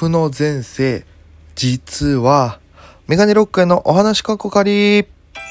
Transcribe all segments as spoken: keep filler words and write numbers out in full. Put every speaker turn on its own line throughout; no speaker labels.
僕の前世、実は、メガネロックへのお話かっこかり。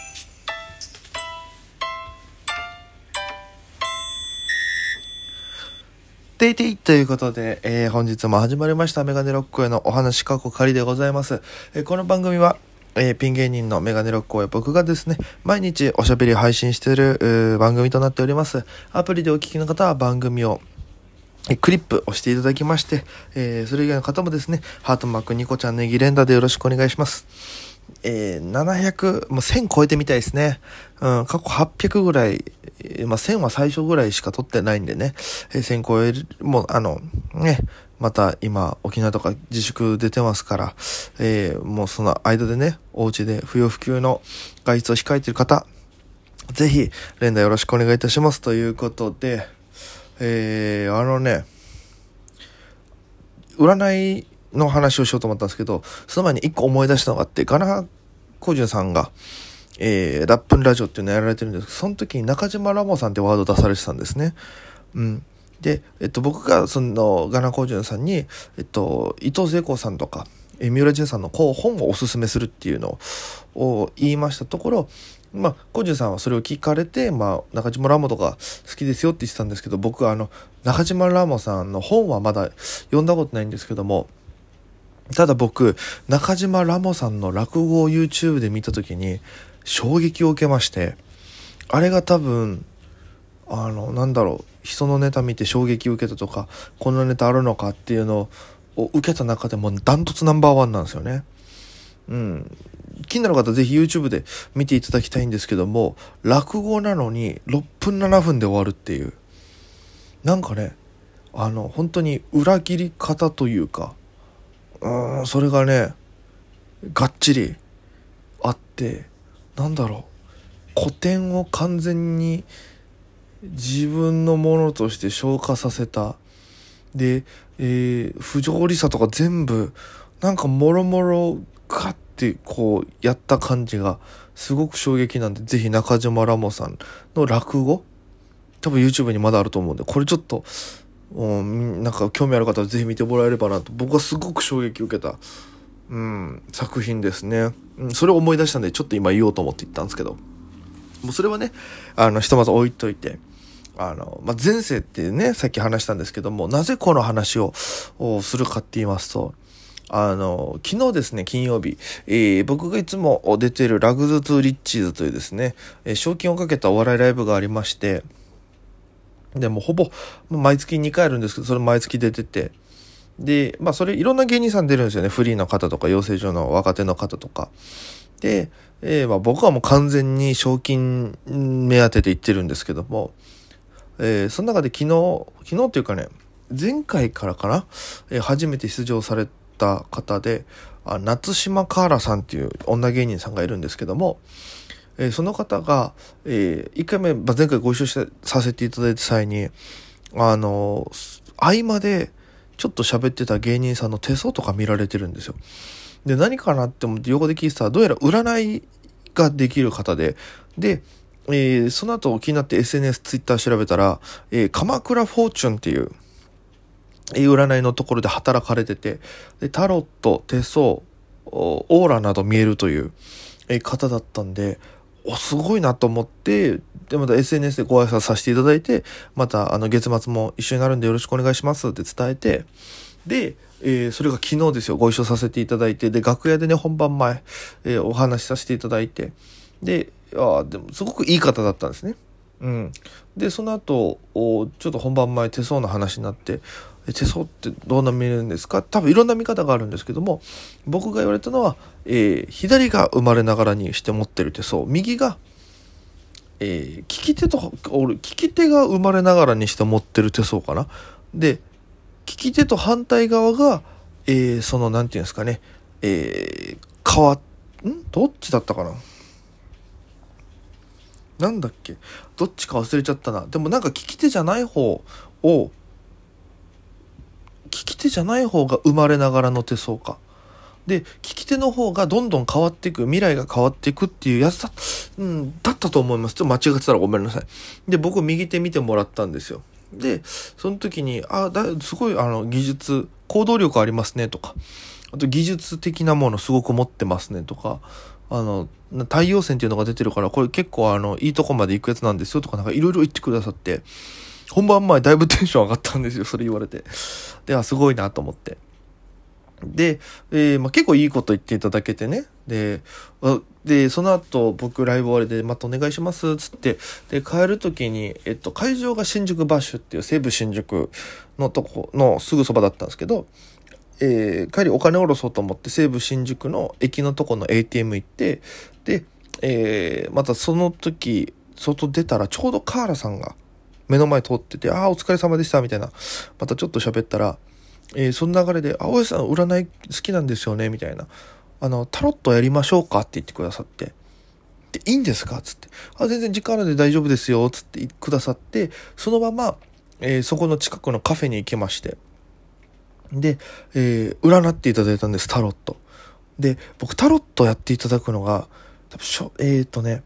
ていていということで、えー、本日も始まりましたメガネロックへのお話かっこかりでございます。えー、この番組は、えー、ピン芸人のメガネロックを僕がですね、毎日おしゃべり配信している番組となっております。アプリでお聞きの方は番組をクリップ押していただきまして、えー、それ以外の方もですね、ハートマーク、ニコちゃん、ネギ連打でよろしくお願いします。えー、ななひゃく、もうせん超えてみたいですね。うん、過去はっぴゃくぐらい、まあ、せんは最初ぐらいしか取ってないんでね、えー、せん超える、もう、あの、ね、また今、沖縄とか自粛出てますから、えー、もうその間でね、お家で不要不急の外出を控えている方、ぜひ、連打よろしくお願いいたしますということで、えー、あのね、占いの話をしようと思ったんですけど、その前に一個思い出したのがあって、ガナコジュンさんが、えー、ラップンラジオっていうのをやられてるんですけど、その時に中島ラモさんってワード出されてたんですね。うん。で、えっと、僕がそのガナコジュンさんに、えっと、伊藤聖子さんとか、えー、三浦淳さんのこう本をおすすめするっていうのを言いましたところ、まあ、コジュンさんはそれを聞かれて、まあ、中島ラモとか好きですよって言ってたんですけど、僕はあの、中島ラモさんの本はまだ読んだことないんですけども、ただ僕、中島ラモさんの落語を YouTube で見たときに衝撃を受けまして、あれが多分、あの、なんだろう、人のネタ見て衝撃を受けたとか、こんなネタあるのかっていうのを受けた中でもダントツナンバーワンなんですよね。うん。気になる方ぜひ YouTube で見ていただきたいんですけども、落語なのにろっぷんななふんで終わるっていう。なんかね、あの、本当に裏切り方というか、うーん、それがね、がっちりあって、なんだろう、古典を完全に自分のものとして消化させた。で、えー、不条理さとか全部、なんかもろもろガッてこうやった感じがすごく衝撃なんで、ぜひ中島ラモさんの落語、多分 YouTube にまだあると思うんで、これちょっと、うん、なんか興味ある方はぜひ見てもらえればなと、僕はすごく衝撃を受けた、うん、作品ですね、うん。それを思い出したんでちょっと今言おうと思って言ったんですけど、もうそれはね、あのひとまず置いといて、あの、まあ、前世ってね、さっき話したんですけども、なぜこの話をするかって言いますと、あの、昨日ですね、金曜日、えー、僕がいつも出ているラグズトゥリッチーズというですね、えー、賞金をかけたお笑いライブがありまして、でもほぼ毎月にかいあるんですけど、それ毎月出てて、で、まあそれいろんな芸人さん出るんですよね。フリーの方とか養成所の若手の方とかで、えー、まあ僕はもう完全に賞金目当てで行ってるんですけども、えー、その中で昨日昨日っていうかね、前回からかな、えー、初めて出場された方で、あ、夏島カーラさんっていう女芸人さんがいるんですけども、えー、その方が、えー、いっかいめ、まあ、前回ご一緒してさせていただいた際に、あのー、合間でちょっと喋ってた芸人さんの手相とか見られてるんですよ。で、何かなって思って横で聞いてたら、どうやら占いができる方で、で、えー、その後気になって エスエヌエス、ツイッター 調べたら、えー、鎌倉フォーチュンっていう、えー、占いのところで働かれてて、でタロット、手相、オーラなど見えるという、えー、方だったんで、おすごいなと思って、でまた エスエヌエス でご挨拶させていただいて、またあの月末も一緒になるんでよろしくお願いしますって伝えて、で、えー、それが昨日ですよ、ご一緒させていただいて、で楽屋でね、本番前、えー、お話しさせていただいて、で、あでもすごくいい方だったんですね。うん。でその後おちょっと本番前手相の話になって、手相ってどんな見えるんですか、多分いろんな見方があるんですけども、僕が言われたのは、えー、左が生まれながらにして持ってる手相、右が、えー、利き手と俺利き手が生まれながらにして持ってる手相かな。で利き手と反対側が、えー、そのなんていうんですかね、えー、変わんどっちだったかな、なんだっけ、どっちか忘れちゃったな。でもなんか利き手じゃない方を利き手じゃない方が生まれながらの手相か。で、利き手の方がどんどん変わっていく、未来が変わっていくっていうやつだ、うん、だったと思います。ちょっと間違ってたらごめんなさい。で、僕右手見てもらったんですよ。で、その時に、あ、だ、すごいあの技術行動力ありますねとか、あと技術的なものすごく持ってますねとか、あの太陽線っていうのが出てるからこれ結構あのいいとこまで行くやつなんですよとか、なんかいろいろ言ってくださって、本番前だいぶテンション上がったんですよ、それ言われて。ではすごいなと思って、で、えーまあ、結構いいこと言っていただけてね。で、でその後僕ライブ終わりでまたお願いしますっつって、で帰る時に、えっと、会場が新宿バッシュっていう西武新宿のとこのすぐそばだったんですけど、えー、帰りお金下ろそうと思って西武新宿の駅のとこの エーティーエム 行って、で、えー、またその時外出たらちょうどカーラさんが目の前通ってて、ああお疲れ様でしたみたいな、またちょっと喋ったら、えー、その流れで、青江さん占い好きなんですよねみたいな、あのタロットやりましょうかって言ってくださって、でいいんですかっつって、あ全然時間あるんで大丈夫ですよっつって言ってくださって、そのまま、えー、そこの近くのカフェに行きまして、で、えー、占っていただいたんです、タロットで。僕タロットやっていただくのが多分しょえーとね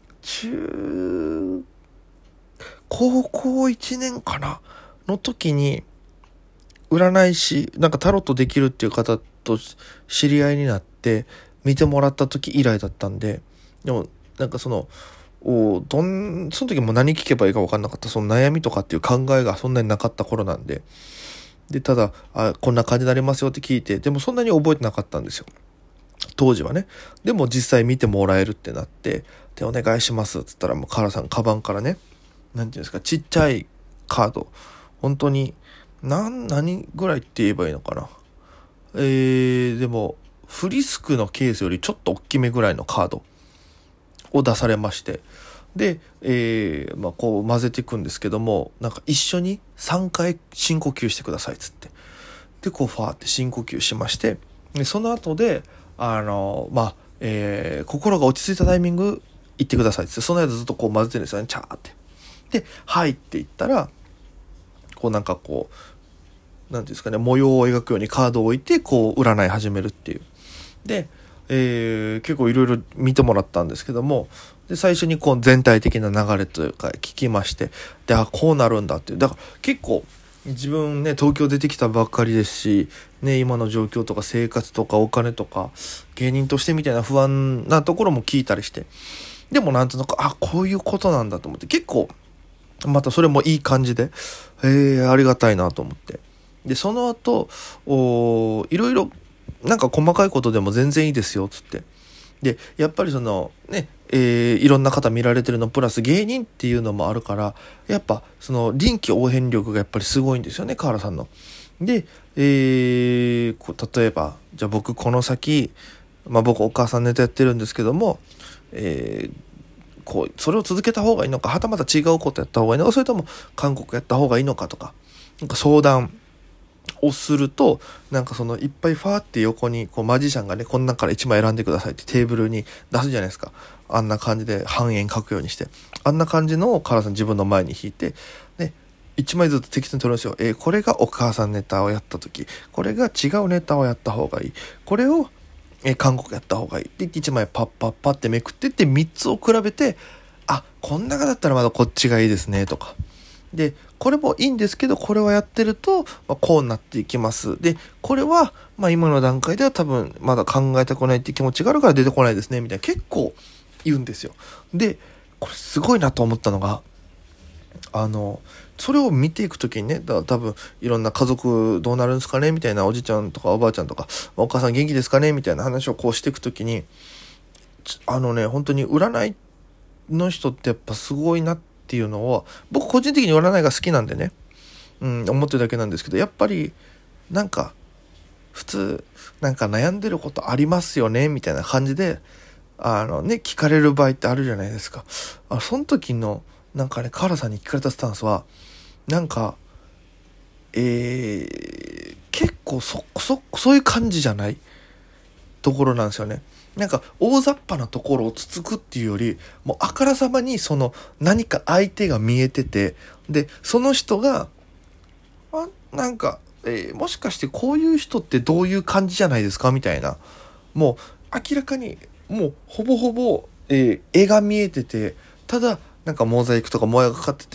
中高校いちねんかなの時に占い師なんかタロットできるっていう方と知り合いになって見てもらった時以来だったんで、でもなんかそのおどんその時も何聞けばいいか分かんなかった、その悩みとかっていう考えがそんなになかった頃なんで、でただあこんな感じになりますよって聞いて、でもそんなに覚えてなかったんですよ当時はね。でも実際見てもらえるってなって、でお願いしますっつったら、もうカラさんカバンからね、なんていうんですか、ちっちゃいカード、本当に何何ぐらいって言えばいいのかな、えー、でもフリスクのケースよりちょっと大きめぐらいのカードを出されまして、で、えーまあ、こう混ぜていくんですけども、なんか一緒にさんかい深呼吸してくださいっつって、でこうファーって深呼吸しまして、でその後であのまあ、えー、心が落ち着いたタイミング言ってくださいっつって、その間ずっとこう混ぜてるんですよね、チャーって。ではいって言ったら、こうなんかこうなんていうんですかね、模様を描くようにカードを置いてこう占い始めるっていう。で、えー、結構いろいろ見てもらったんですけども、で最初にこう全体的な流れというか聞きまして、であこうなるんだっていう。だから結構自分ね東京出てきたばっかりですしね、今の状況とか生活とかお金とか芸人としてみたいな不安なところも聞いたりして、でもなんとなくあこういうことなんだと思って、結構またそれもいい感じで、えー、ありがたいなと思って、でその後おいろいろなんか細かいことでも全然いいですよっつって、でやっぱりそのね、えー、いろんな方見られてるのプラス芸人っていうのもあるから、やっぱその臨機応変力がやっぱりすごいんですよね、河原さんの。で、えー、こう例えばじゃあ僕この先、まあ、僕お母さんネタやってるんですけども、えーこうそれを続けた方がいいのか、はたまた違うことやった方がいいのか、それとも韓国やった方がいいのかとか、なんか相談をすると、なんかそのいっぱいファーって横にこうマジシャンがね、この中からいちまい選んでくださいってテーブルに出すじゃないですか。あんな感じで半円書くようにして、あんな感じのをカラさん自分の前に引いて、でいちまいずつ適当に取るんですよ。えー、これがお母さんネタをやった時、これが違うネタをやった方がいい、これをえー、韓国やった方がいいっていちまいパッパッパってめくってってみっつを比べて、あこん中だったらまだこっちがいいですねとか、でこれもいいんですけどこれはやってると、まあ、こうなっていきます。でこれは、まあ、今の段階では多分まだ考えたくないっていう気持ちがあるから出てこないですねみたいな結構言うんですよ。でこれすごいなと思ったのが、あのそれを見ていくときにね、だから多分いろんな家族どうなるんですかねみたいな、おじちゃんとかおばあちゃんとかお母さん元気ですかねみたいな話をこうしていくときに、あのね本当に占いの人ってやっぱすごいなっていうのを、僕個人的に占いが好きなんでね、うん、思ってるだけなんですけど、やっぱりなんか普通なんか悩んでることありますよねみたいな感じであのね聞かれる場合ってあるじゃないですか。あその時のなんかね、カーラさんに聞かれたスタンスはなんかえー、結構そそそういう感じじゃないところなんですよね。なんか大雑把なところをつつくっていうより、もうあからさまにその何か相手が見えてて、でその人があなんか、えー、もしかしてこういう人ってどういう感じじゃないですかみたいな、もう明らかにもうほぼほぼ、えー、絵が見えてて、ただなんかモザイクとかもやがかかってて、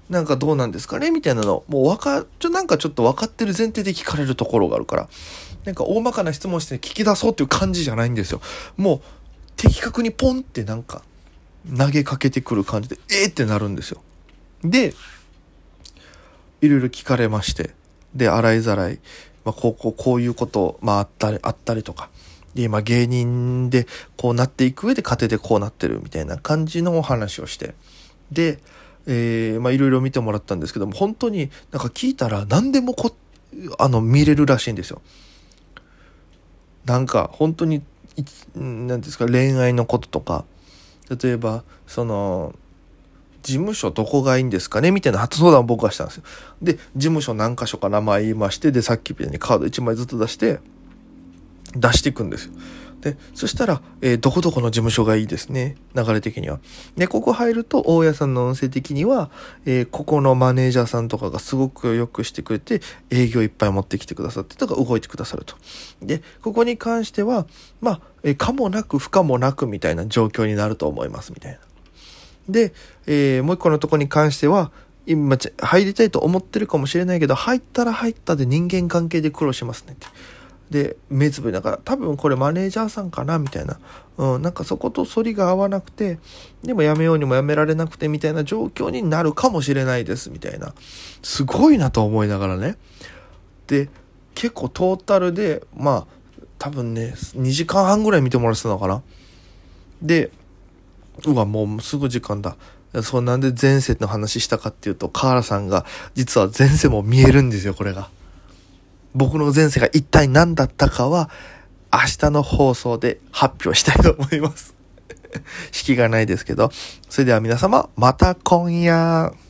なんかどうなんですかねみたいなのもうわかちょなんかちょっと分かってる前提で聞かれるところがあるから、なんか大まかな質問して聞き出そうっていう感じじゃないんですよ。もう的確にポンってなんか投げかけてくる感じでえーってなるんですよ。でいろいろ聞かれまして、で洗いざらい、まあ、こうこうこういうこと、まあ、あったりあったりとかで、今芸人でこうなっていく上で家庭でこうなってるみたいな感じのお話をして、でえー、まあいろいろ見てもらったんですけども、本当になんか聞いたら何でもこあの見れるらしいんですよ。なんか本当に何ですか、恋愛のこととか、例えばその事務所どこがいいんですかねみたいな初相談を僕がしたんですよ。で事務所何箇所か名前言いまして、でさっきみたいにカードいちまいずつ出して出していくんですよ。でそしたら、えー、どこどこの事務所がいいですね、流れ的には。でここ入ると大家さんの音声的には、えー、ここのマネージャーさんとかがすごくよくしてくれて営業いっぱい持ってきてくださってとか動いてくださると。でここに関してはまあ、えー、可もなく不可もなくみたいな状況になると思いますみたいな。で、えー、もう一個のとこに関しては今入りたいと思ってるかもしれないけど、入ったら入ったで人間関係で苦労しますねって。で目つぶりだから多分これマネージャーさんかなみたいな、うん、なんかそこと反りが合わなくて、でもやめようにもやめられなくてみたいな状況になるかもしれないですみたいな、すごいなと思いながらね。で結構トータルでまあ多分ねにじかんはんぐらい見てもらってたのかな。でうわもうすぐ時間だ。そうなんで前世の話したかっていうと、河原さんが実は前世も見えるんですよ。これが僕の前世が一体何だったかは明日の放送で発表したいと思います。引きがないですけど、それでは皆様また今夜。